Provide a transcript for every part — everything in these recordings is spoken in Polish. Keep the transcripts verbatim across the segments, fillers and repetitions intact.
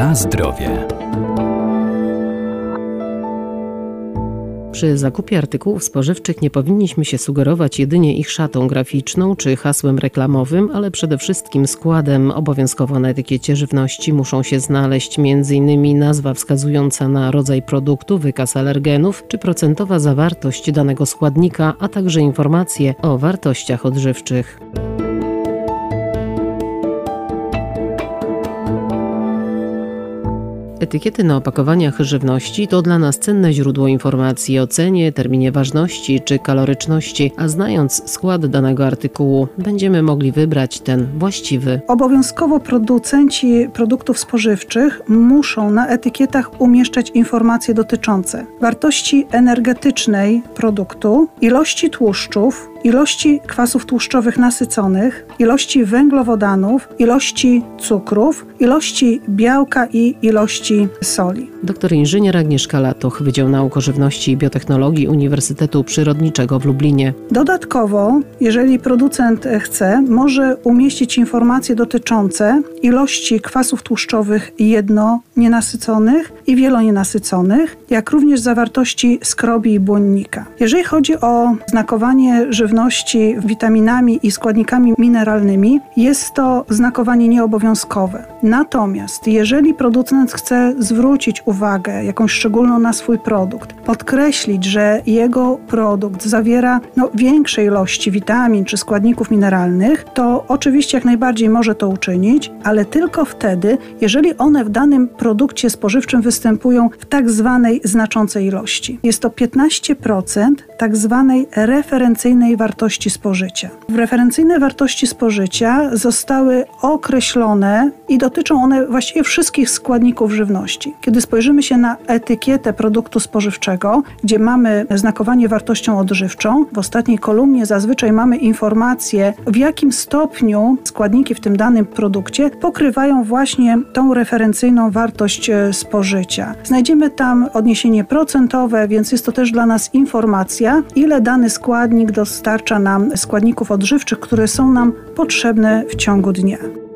Na zdrowie. Przy zakupie artykułów spożywczych nie powinniśmy się sugerować jedynie ich szatą graficzną czy hasłem reklamowym, ale przede wszystkim składem. Obowiązkowo na etykiecie żywności muszą się znaleźć między innymi nazwa wskazująca na rodzaj produktu, wykaz alergenów czy procentowa zawartość danego składnika, a także informacje o wartościach odżywczych. Etykiety na opakowaniach żywności to dla nas cenne źródło informacji o cenie, terminie ważności czy kaloryczności, a znając skład danego artykułu, będziemy mogli wybrać ten właściwy. Obowiązkowo producenci produktów spożywczych muszą na etykietach umieszczać informacje dotyczące wartości energetycznej produktu, ilości tłuszczów, ilości kwasów tłuszczowych nasyconych, ilości węglowodanów, ilości cukrów, ilości białka i ilości soli. Doktor inżynier Agnieszka Latoch, Wydział Nauk o Żywności i Biotechnologii Uniwersytetu Przyrodniczego w Lublinie. Dodatkowo, jeżeli producent chce, może umieścić informacje dotyczące ilości kwasów tłuszczowych jedno nienasyconych i wielonienasyconych, jak również zawartości skrobi i błonnika. Jeżeli chodzi o znakowanie żywności witaminami i składnikami mineralnymi, jest to znakowanie nieobowiązkowe. Natomiast jeżeli producent chce zwrócić uwagę jakąś szczególną na swój produkt, podkreślić, że jego produkt zawiera no, większe ilości witamin czy składników mineralnych, to oczywiście jak najbardziej może to uczynić, ale tylko wtedy, jeżeli one w danym produkcie spożywczym występują w tak zwanej znaczącej ilości. Jest to piętnaście procent tak zwanej referencyjnej wartości spożycia. Referencyjne wartości spożycia zostały określone i dotyczą one właściwie wszystkich składników żywności. Kiedy spojrzymy się na etykietę produktu spożywczego, gdzie mamy znakowanie wartością odżywczą, w ostatniej kolumnie zazwyczaj mamy informację, w jakim stopniu składniki w tym danym produkcie pokrywają właśnie tą referencyjną wartość spożycia. Znajdziemy tam odniesienie procentowe, więc jest to też dla nas informacja, ile dany składnik dostarcza nam składników odżywczych, które są nam potrzebne w ciągu dnia.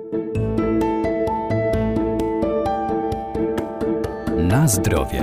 Na zdrowie.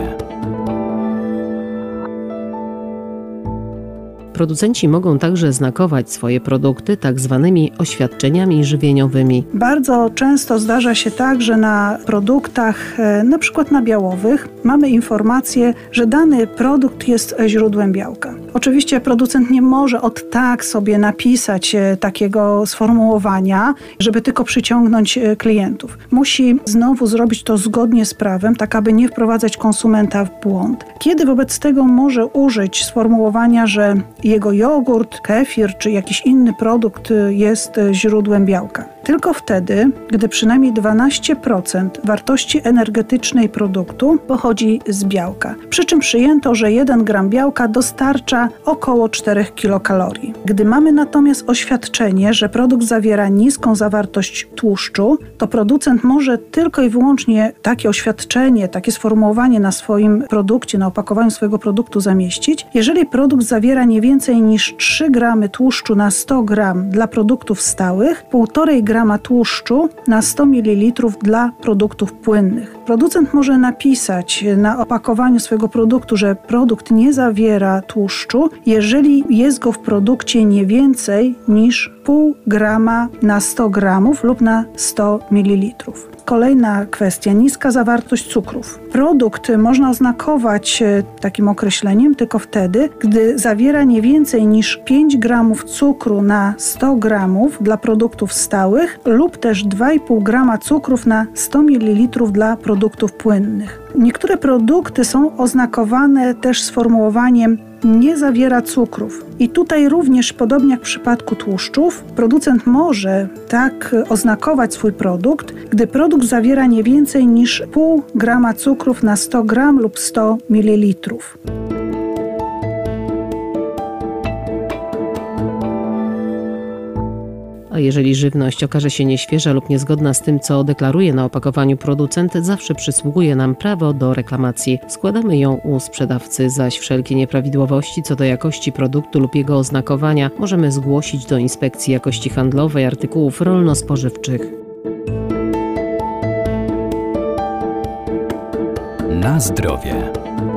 Producenci mogą także znakować swoje produkty tak zwanymi oświadczeniami żywieniowymi. Bardzo często zdarza się tak, że na produktach, na przykład nabiałowych, mamy informację, że dany produkt jest źródłem białka. Oczywiście producent nie może od tak sobie napisać takiego sformułowania, żeby tylko przyciągnąć klientów. Musi znowu zrobić to zgodnie z prawem, tak aby nie wprowadzać konsumenta w błąd. Kiedy wobec tego może użyć sformułowania, że jego jogurt, kefir czy jakiś inny produkt jest źródłem białka? Tylko wtedy, gdy przynajmniej dwanaście procent wartości energetycznej produktu pochodzi z białka. Przy czym przyjęto, że jeden gram białka dostarcza około cztery kilokalorii. Gdy mamy natomiast oświadczenie, że produkt zawiera niską zawartość tłuszczu, to producent może tylko i wyłącznie takie oświadczenie, takie sformułowanie na swoim produkcie, na opakowaniu swojego produktu zamieścić, jeżeli produkt zawiera nie więcej niż trzy gramy tłuszczu na sto gram dla produktów stałych, półtora grama tłuszczu na sto mililitrów dla produktów płynnych. Producent może napisać na opakowaniu swojego produktu, że produkt nie zawiera tłuszczu, jeżeli jest go w produkcie nie więcej niż pół grama na sto gramów lub na sto mililitrów. Kolejna kwestia, niska zawartość cukrów. Produkt można oznakować takim określeniem tylko wtedy, gdy zawiera nie więcej niż pięć gramów cukru na sto gramów dla produktów stałych lub też dwa i pół grama cukrów na sto mililitrów dla produktów płynnych. Niektóre produkty są oznakowane też sformułowaniem nie zawiera cukrów. I tutaj również, podobnie jak w przypadku tłuszczów, producent może tak oznakować swój produkt, gdy produkt zawiera nie więcej niż pół grama cukrów na sto gram lub sto mililitrów. A jeżeli żywność okaże się nieświeża lub niezgodna z tym, co deklaruje na opakowaniu producent, zawsze przysługuje nam prawo do reklamacji. Składamy ją u sprzedawcy, zaś wszelkie nieprawidłowości co do jakości produktu lub jego oznakowania możemy zgłosić do Inspekcji Jakości Handlowej Artykułów Rolno-Spożywczych. Na zdrowie.